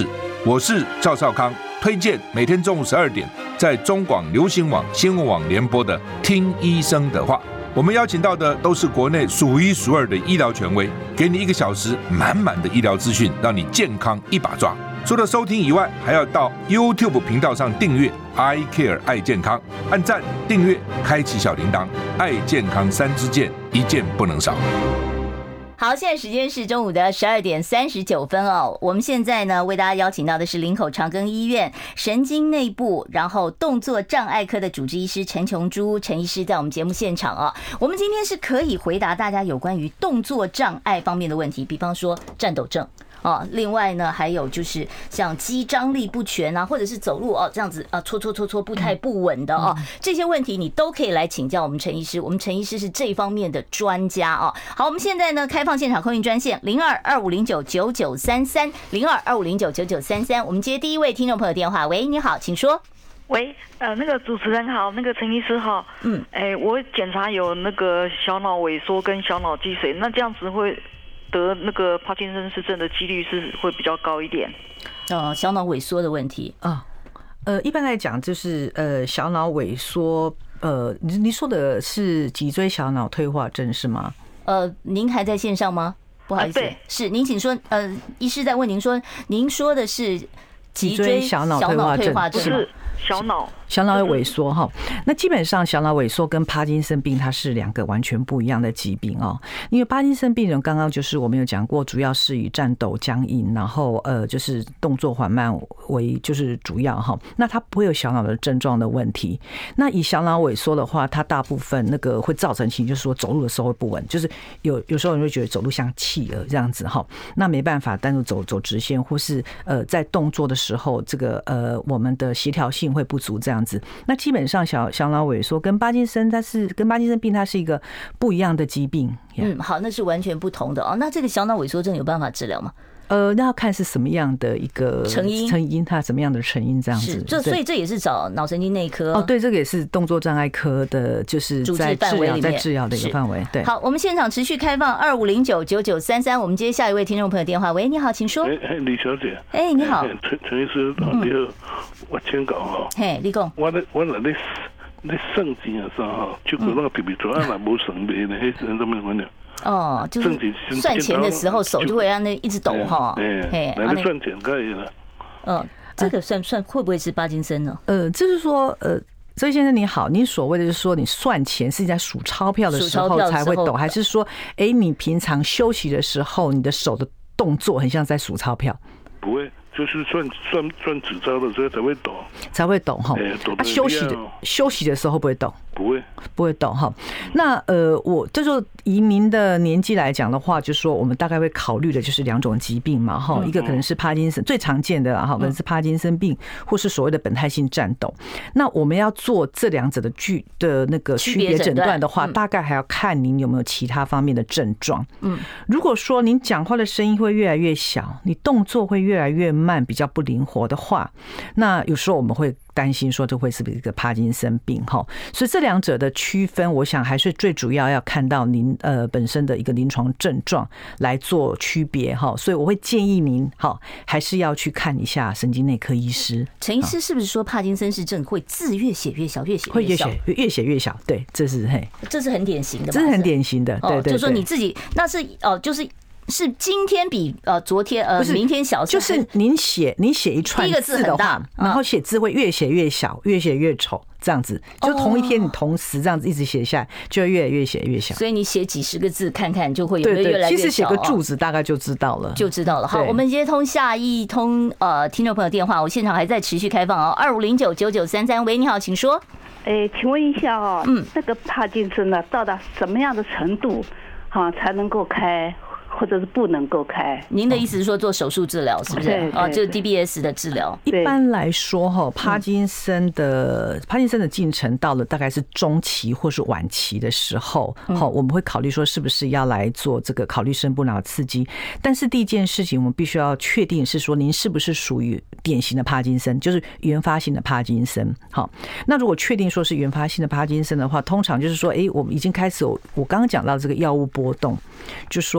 我是赵少康，推荐每天中午十二点在中广流行网、新闻网联播的《听医生的话》。我们邀请到的都是国内数一数二的医疗权威，给你一个小时满满的医疗资讯，让你健康一把抓。除了收听以外，还要到 YouTube 频道上订阅 I Care 爱健康，按赞、订阅、开启小铃铛，爱健康三支箭，一件不能少。 好，现在时间是中午的十二点三十九分哦。我们现在呢，为大家邀请到的是林口长庚医院神经内部然后动作障碍科的主治医师陈琼珠陈医师在我们节目现场哦。我们今天是可以回答大家有关于动作障碍方面的问题，比方说战斗症。哦，另外呢，还有就是像肌张力不全啊，或者是走路哦这样子啊搓搓搓搓不太不稳的哦，这些问题你都可以来请教我们陈医师，我们陈医师是这方面的专家哦。好，我们现在呢开放现场空运专线零二二五零九九九三三零二二五零九九九三三，我们接第一位听众朋友电话，喂，你好，请说。 喂，呃，那个主持人好，那个陈医师好，嗯，哎，我检查有那个小脑萎缩跟小脑积水，那这样子会得那个帕金森氏症的几率是会比较高一点。 哦，小脑萎缩的问题啊，呃，一般来讲就是呃小脑萎缩，呃，你你说的是脊椎小脑退化症是吗？ 呃，您还在线上吗？不好意思，啊、是您请说。呃，医师在问您说，您说的是脊椎小脑退化症是小脑小脑萎缩哈，那基本上小脑萎缩跟帕金森病它是两个完全不一样的疾病哦。因为帕金森病人刚刚就是我们有讲过，主要是以颤抖、僵硬，然后呃就是动作缓慢为就是主要哈。那它不会有小脑的症状的问题。那以小脑萎缩的话，它大部分那个会造成情，就是说走路的时候会不稳，就是有有时候人会觉得走路像企鹅这样子哈。那没办法单独走走直线，或是呃在动作的时候，这个呃我们的协调性会不足这样。样子，那基本上小小脑萎缩跟帕金森，它是跟帕金森病，它是一个不一样的疾病。 嗯，好，那是完全不同的哦。那这个小脑萎缩症有办法治疗吗？ 呃，那要看是什么样的一个成因， 成因它什么样的成因这样子。 是，这所以这也是找脑神经内科哦，对，这个也是动作障碍科的，就是在治疗在治疗的一个范围。对， 好，我们现场持续开放二五零九九九三三，我们接下一位听众朋友电话。喂，你好，请说。 哎哎，李小姐。 哎，你好。 陈陈医师，你好，我请教哈。 嘿，你讲。 我咧我来咧咧算钱的时候哈，就个那个皮皮抓啊，无算袂呢，迄人怎么讲呢？ 哦，就是算钱的时候手就会让那一直抖哈。 哎，来算钱可以了。 嗯，这个算算会不会是帕金森呢？ 呃，就是说呃。所以先生你好，你所谓的就是说你算钱是在数钞票的时候才会抖，还是说，哎，你平常休息的时候，你的手的动作很像在数钞票？ 不会，就是算算算纸钞的时候才会抖， 才会抖哈。啊，休息的休息的时候不会抖， 不会， 不会抖哈。那呃，我这就以您的年纪来讲的话，就是说我们大概会考虑的就是两种疾病嘛哈，一个可能是帕金森最常见的哈，可能是帕金森病，或是所谓的苯态性颤抖。那我们要做这两者的具的那个区别诊断的话，大概还要看您有没有其他方面的症状。嗯，如果说您讲话的声音会越来越小，你动作会越来越慢，比较不灵活的话，那有时候我们会担心说这会是不是一个帕金森病哈。所以这两者的区分，我想还是最主要要看到您呃本身的一个临床症状来做区别哈。所以我会建议您哈，还是要去看一下神经内科医师。 陈医师是不是说帕金森氏症会字越写越小，越写越小， 会越写越写越小？对，这是嘿， 这是很典型的， 这是很典型的。对 对, 对， 就说你自己那是哦，就是。是今天比呃昨天呃明天小， 就是您写您写一串字的话，然后写字会越写越小，越写越丑，这样子，就同一天你同时这样子一直写下来，就会越来越写越小。 所以你写几十个字看看，就会有没有越来越小。 其实写个柱子大概就知道了， 就知道了。好，我们接通下一通呃听众朋友电话，我现场还在持续开放哦，二五零九九九三三，喂，你好，请说。 哎，请问一下哦，嗯，那个帕金森呢，到达什么样的程度，哈，才能够开？或者是不能够开？ 您的意思是说做手术治疗是不是？哦，就是 D B S 的治疗。 一般来说哈，帕金森的帕金森的进程到了大概是中期或是晚期的时候，好，我们会考虑说是不是要来做这个考虑深部脑刺激。但是第一件事情，我们必须要确定是说您是不是属于典型的帕金森，就是原发性的帕金森。好，那如果确定说是原发性的帕金森的话，通常就是说，哎，我们已经开始有我刚刚讲到这个药物波动，就说，哎。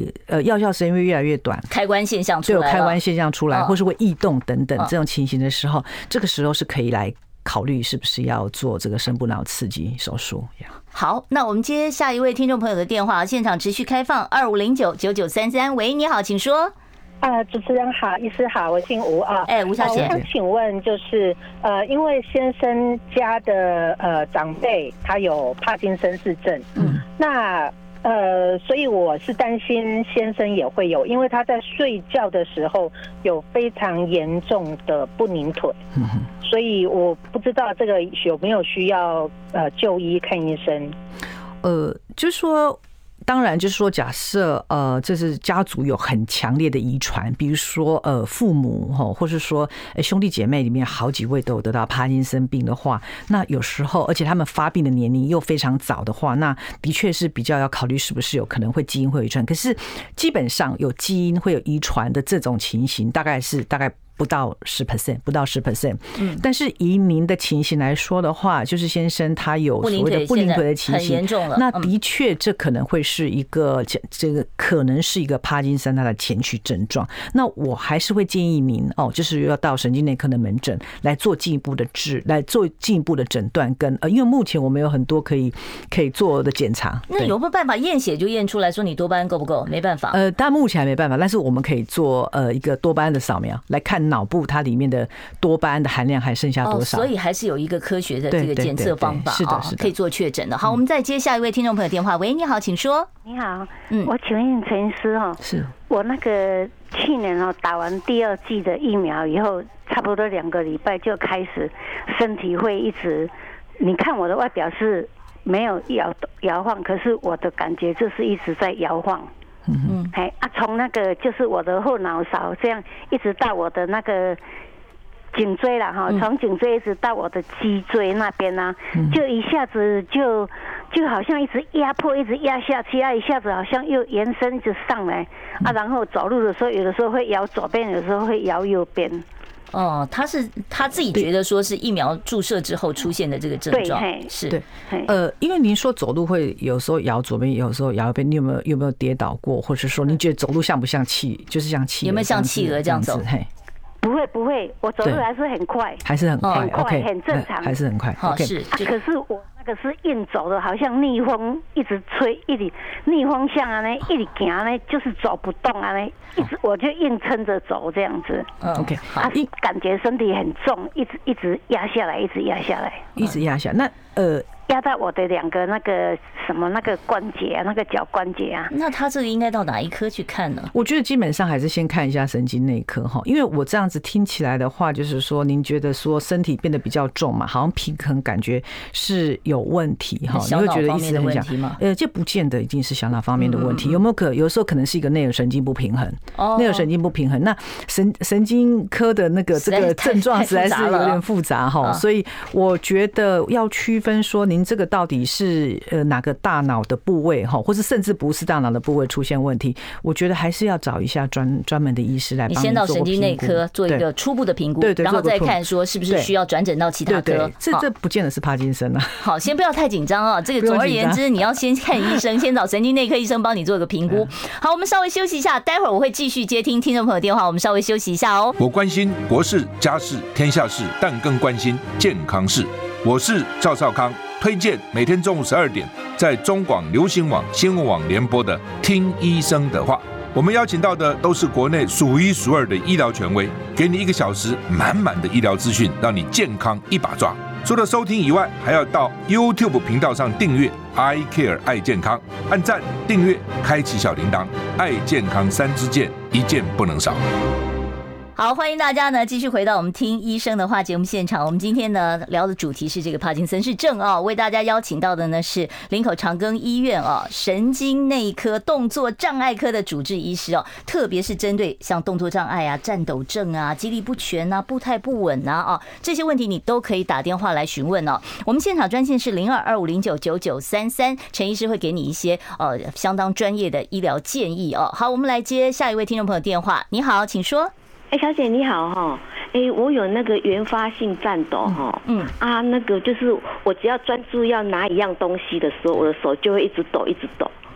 为呃药效时间会越来越短， 开关现象出来了， 就有开关现象出来， 哦、 或是会异动等等这种情形的时候，这个时候是可以来考虑是不是要做这个深部脑刺激手术。 好，那我们接下一位听众朋友的电话，现场持续开放二五零九九九三三。喂，你好，请说。 啊，主持人好，医师好，我姓吴啊。 哎，吴小姐， 我想请问，就是呃，因为先生家的呃长辈他有帕金森氏症，嗯，那呃，所以我是担心先生也会有，因为他在睡觉的时候有非常严重的不宁腿，嗯，所以我不知道这个有没有需要呃就医看医生。 呃，就是说。当然，就是说，假设呃，这是家族有很强烈的遗传，比如说呃，父母哈，或是说兄弟姐妹里面好几位都有得到帕金森病的话，那有时候，而且他们发病的年龄又非常早的话，那的确是比较要考虑是不是有可能会基因会有遗传。可是基本上有基因会有遗传的这种情形，大概是大概。不到十 percent， 不到十 percent。嗯，但是以您的情形来说的话，就是先生他有所谓的不宁腿的情形， 很严重了。 那的确这可能会是一个这个可能是一个帕金森他的前驱症状。那我还是会建议您哦，就是要到神经内科的门诊来做进一步的治，来做进一步的诊断跟呃，因为目前我们有很多可以可以做的检查。 那有没有办法验血就验出来说你多巴胺够不够？没办法。 呃，但目前还没办法，但是我们可以做呃一个多巴胺的扫描来看。脑部它里面的多巴胺的含量还剩下多少？ 哦，所以还是有一个科学的这个检测方法， 是的，是的， 可以做确诊的。好，我们再接下一位听众朋友电话。喂，你好，请说。 你好，嗯，我请问陈医师哦， 是我那个去年哦打完第二剂的疫苗以后，差不多两个礼拜就开始身体会一直，你看我的外表是没有摇摇晃，可是我的感觉就是一直在摇晃。嗯，哎啊，从那个就是我的后脑勺这样一直到我的那个颈椎了哈，从颈椎一直到我的脊椎那边呢、啊，就一下子就就好像一直压迫，一直压下去啊，一下子好像又延伸一直上来啊，然后走路的时候有的时候会摇左边，有时候会摇右边。 哦，他是他自己觉得说是疫苗注射之后出现的这个症状，是对，呃，因为您说走路会有时候摇左边，有时候摇右边，你有没有有没有跌倒过，或者说你觉得走路像不像企，就是像企鹅， 有没有像企鹅这样走？ 嘿， 不会不会，我走路还是很快， 还是很快， 很快，很正常， 还是很快。 好，是， 可是我那个是硬走的，好像逆风一直吹，一直逆风向啊呢，一直行呢，就是走不动啊呢，一直我就硬撑着走这样子。 嗯 ，OK， 啊，感觉身体很重，一直一直压下来，一直压下来， 一直压下。那呃。 压到我的两个那个什么那个关节啊，那个脚关节啊。 那他这个应该到哪一科去看呢？ 我觉得基本上还是先看一下神经内科哈，因为我这样子听起来的话，就是说您觉得说身体变得比较重嘛，好像平衡感觉是有问题哈，你会觉得意思很讲，呃，这不见得一定是小脑方面的问题，有没有可有时候可能是一个内耳神经不平衡，内耳神经不平衡，那神神经科的那个这个症状实在是有点复杂哈，所以我觉得要区分说您。这个到底是呃哪个大脑的部位哈，或是甚至不是大脑的部位出现问题？我觉得还是要找一下专专门的医师来帮你做你先到神经内科做一个初步的评估，对对，然后再看说是不是需要转诊到其他科。 对对，这这不见得是帕金森啊。 好，先不要太紧张啊。这个总而言之，你要先看医生，先找神经内科医生帮你做一个评估。好，我们稍微休息一下，待会儿我会继续接听听众朋友电话。我们稍微休息一下哦。 我关心国事、家事、天下事，但更关心健康事。我是赵少康。推荐每天中午十二点在中广流行网、新闻网联播的《听医生的话》，我们邀请到的都是国内数一数二的医疗权威，给你一个小时满满的医疗资讯，让你健康一把抓。除了收听以外，还要到 YouTube 频道上订阅 I Care 爱健康，按赞、订阅、开启小铃铛，爱健康三支箭，一件不能少。 好，欢迎大家呢继续回到我们听医生的话节目现场。我们今天呢聊的主题是这个帕金森氏症啊，为大家邀请到的呢是林口长庚医院啊神经内科动作障碍科的主治医师哦，特别是针对像动作障碍啊、颤抖症啊、肌力不全啊、步态不稳啊啊这些问题，你都可以打电话来询问哦。我们现场专线是零二二五零九九九三三，陈医师会给你一些呃相当专业的医疗建议哦。好，我们来接下一位听众朋友电话。你好，请说。 哎、欸，小姐你好哈，哎、欸，我有那个原发性颤抖哈，嗯啊，那个就是我只要专注要拿一样东西的时候，我的手就会一直抖，一直抖。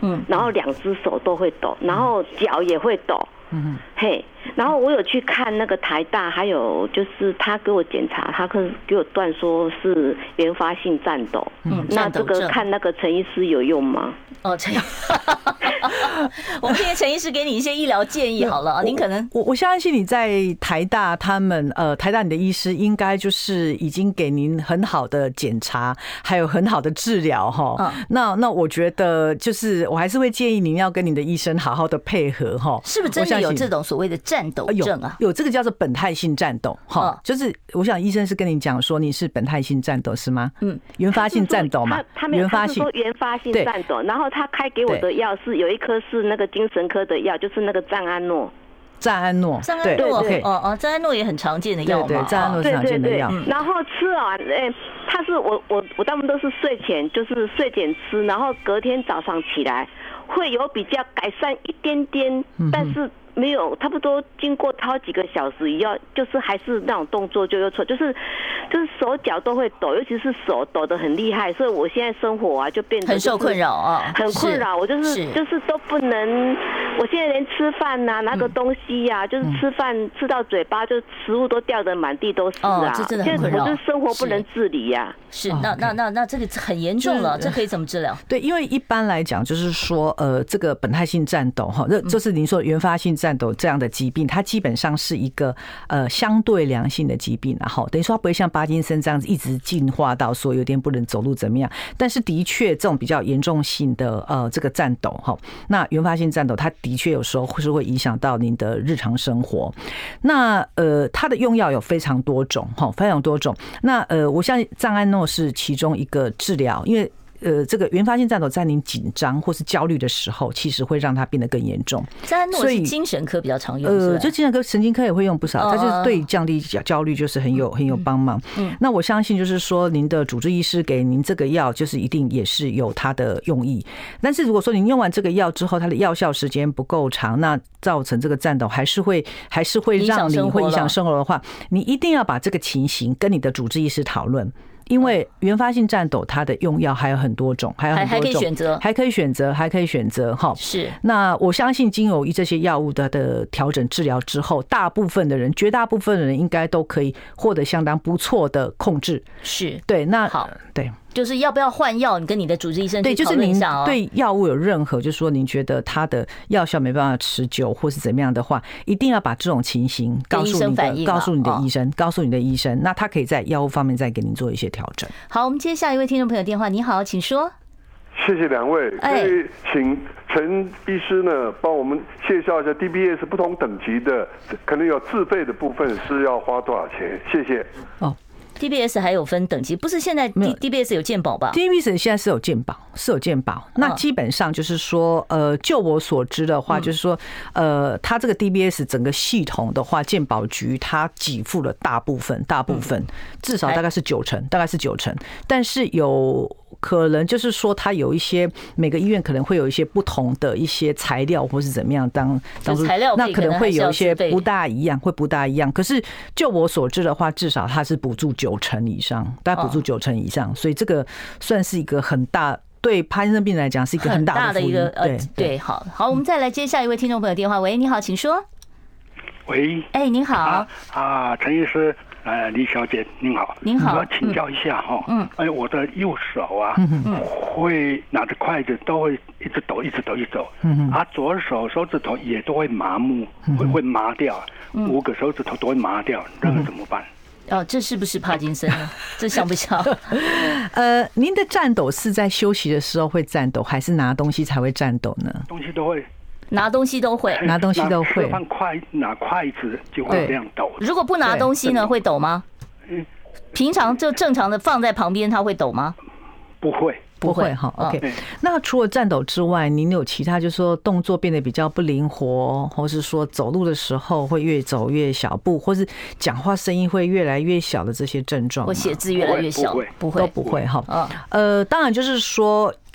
嗯，然后两只手都会抖，然后脚也会抖，嗯，嘿，然后我有去看那个台大，还有就是他给我检查，他可给我断说是原发性颤抖，嗯，那这个看那个陈医师有用吗？ 哦，陈，我们今天陈医师给你一些医疗建议好了，您可能我我相信你在台大，他们呃台大你的医师应该就是已经给您很好的检查，还有很好的治疗哈。嗯、那那我觉得就是我还是会建议您要跟你的医生好好的配合哈。 是不是真的有这种所谓的颤抖症啊？ 有, 有这个叫做苯态性颤抖哈，嗯、就是我想医生是跟你讲说你是苯态性颤抖是吗？嗯，原发性颤抖嘛， 他他没有，他是说原发性颤抖，然后他开给我的药是有一颗是那个精神科的药，就是那个赞安诺。 赞安诺， 赞安诺，哦哦，赞安诺也很常见的药嘛， 对对，赞安诺是常见的药。 然后吃完，哎，他是我我我大部分都是睡前，就是睡前吃，然后隔天早上起来会有比较改善一点点，但是没有，差不多经过好几个小时以后，就是还是那种动作就又错，就是就是手脚都会抖，尤其是手抖得很厉害，所以我现在生活啊就变得很受困扰啊， 很困扰。我就是就是都不能，我现在连吃饭呐、啊，拿个东西呀、啊，就是吃饭吃到嘴巴，就食物都掉得满地都是啊， 这真的很困扰。 我就是生活不能自理呀、啊。 是，那那那那这个很严重了，这可以怎么治疗？ 对，因为一般来讲就是说，呃，这个苯态性颤抖哈，这就是您说原发性颤抖这样的疾病，它基本上是一个呃相对良性的疾病，然后等于说它不会像帕金森这样子一直进化到说有点不能走路怎么样，但是的确这种比较严重性的呃这个颤抖哈，那原发性颤抖它的确有时候是会影响到您的日常生活。那呃它的用药有非常多种哈，非常多种。那呃我相信赞安诺是其中一个治疗，因为呃，这个原发性颤抖在您紧张或是焦虑的时候，其实会让它变得更严重。 赞安诺是精神科比较常用， 呃，就精神科、神经科也会用不少，它就是对降低焦虑就是很有很有帮忙。嗯，那我相信就是说，您的主治医师给您这个药，就是一定也是有它的用意。但是如果说您用完这个药之后，它的药效时间不够长，那造成这个颤抖还是会还是会让你会影响生活的话，你一定要把这个情形跟你的主治医师讨论。因为原发性颤抖它的用药还有很多种，还有很多种，还可以选择，还可以选择，还可以选择哈。 是。 那我相信经由这些药物的的调整治疗之后，大部分的人，绝大部分的人应该都可以获得相当不错的控制。 是。 对，那好， 对。 就是要不要换药，你跟你的主治医生对，就是您哦。 对药物有任何，就是说您觉得它的药效没办法持久，或是怎么样的话，一定要把这种情形告诉你的，告诉你的医生，告诉你的医生，那他可以在药物方面再给您做一些调整。 好，我们接下一位听众朋友电话，你好，请说。 谢谢两位，可以请陈医师呢帮我们介绍一下 D B S 不同等级的，可能有自费的部分是要花多少钱？谢谢。 哦。 D B S 还有分等级，不是现在 D B S 有健保吧 ？D B S 现在是有健保，是有健保。那基本上就是说，呃，就我所知的话，就是说，呃，它这个 D B S 整个系统的话，健保局它给付了大部分，大部分至少大概是九成，大概是九成。但是有可能就是说，它有一些每个医院可能会有一些不同的一些材料或是怎么样当当初，那可能会有一些不大一样，会不大一样。可是就我所知的话，至少它是补助九成以上，大概补助九成以上，所以这个算是一个很大，对帕金森病人来讲是一个很大的福音。 一个对对，好好，我们再来接下一位听众朋友电话。喂，你好，请说。 喂， 哎，您好啊，陈医师。呃，李小姐您好， 您好， 我要请教一下哈，嗯，哎，我的右手啊，嗯会拿着筷子都会一直抖，一直抖，一直抖，嗯啊，左手手指头也都会麻木，会会麻掉，五个手指头都会麻掉，那个怎么办？ 哦，这是不是帕金森呢？这像不像？ 呃，您的颤抖是在休息的时候会颤抖，还是拿东西才会颤抖呢？ 东西都会。 拿东西都会， 拿东西都会。 拿筷拿筷子就会这样抖。 如果不拿东西呢，会抖吗？平常就正常的放在旁边，它会抖吗？ 不会， 不会哈。OK，那除了颤抖之外，您有其他就是说动作变得比较不灵活，或是说走路的时候会越走越小步，或是讲话声音会越来越小的这些症状？ 或写字越来越小？ 不会，都不会哈。呃，当然就是说。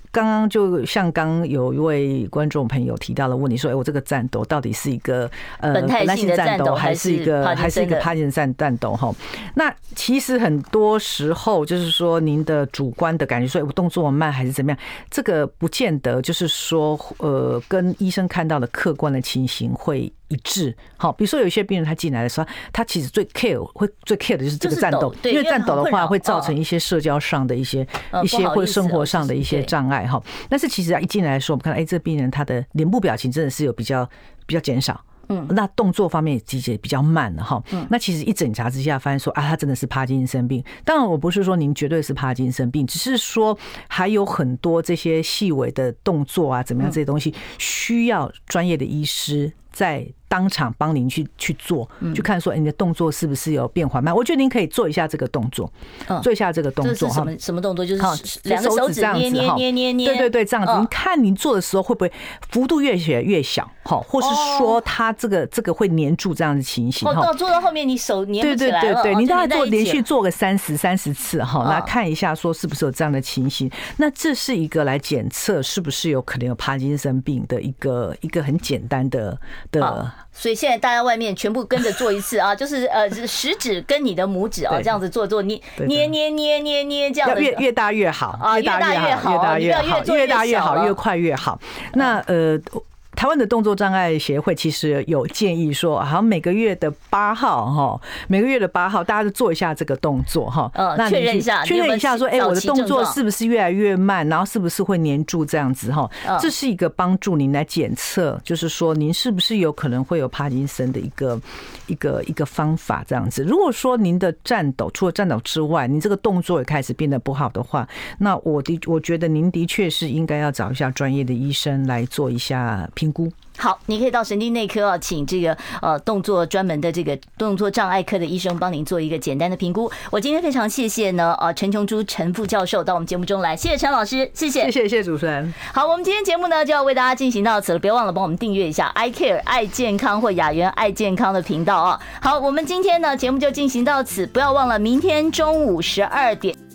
刚刚就像刚有一位观众朋友提到了问题，说，哎，我这个战斗到底是一个呃本态性的战斗， 还是一个还是一个帕金森战斗哈？那其实很多时候就是说，您的主观的感觉说，哎，我动作慢还是怎么样，这个不见得就是说，呃，跟医生看到的客观的情形会一致。好，比如说有一些病人他进来的时候，他其实最 care 会最 care 的就是这个战斗，因为战斗的话会造成一些社交上的一些一些或者生活上的一些障碍哈。但是其实一进来的时候，我们看到，哎，这病人他的脸部表情真的是有比较比较减少。嗯，那动作方面也其实比较慢了哈。嗯，那其实一检查之下发现说啊，他真的是帕金森病。当然，我不是说您绝对是帕金森病，只是说还有很多这些细微的动作啊，怎么样这些东西需要专业的医师在当场帮您去去做，去看说你的动作是不是有变缓慢。我觉得您可以做一下这个动作，做一下这个动作。 什么什么动作？就是两个手指捏捏捏捏捏。 对对对，这样子。你看您做的时候会不会幅度越写越小？好，或是说它这个这个会黏住这样的情形？ 哦，到做到后面你手黏不起来了。 对对对对，你大概做连续做个三十三十次哈，来看一下说是不是有这样的情形。那这是一个来检测是不是有可能有帕金森病的一个一个很简单的的。 所以现在大家外面全部跟着做一次啊，就是呃食指跟你的拇指啊这样子做做捏捏捏捏捏捏这样子， 越越大越好啊， 越大越好， 越大越好，越大越好，越快越好。那呃。台湾的动作障碍协会其实有建议说，好像每个月的八号哈，每个月的八号，大家就做一下这个动作哈， 那确认一下， 确认一下说，哎，我的动作是不是越来越慢，然后是不是会黏住这样子哈？这是一个帮助您来检测，就是说您是不是有可能会有帕金森的一个一个一个方法这样子。如果说您的战斗除了战斗之外，您这个动作也开始变得不好的话，那我的我觉得您的确是应该要找一下专业的医生来做一下评估。 好，你可以到神经内科啊，请这个呃动作专门的这个动作障碍科的医生帮您做一个简单的评估。我今天非常谢谢呢呃陈琼珠陈副教授到我们节目中来，谢谢陈老师，谢谢， 谢谢谢谢主持人。 好，我们今天节目呢就要为大家进行到此了，别忘了帮我们订阅一下 I Care 爱健康或雅媛爱健康的频道啊。好，我们今天呢节目就进行到此，不要忘了明天中午十二点。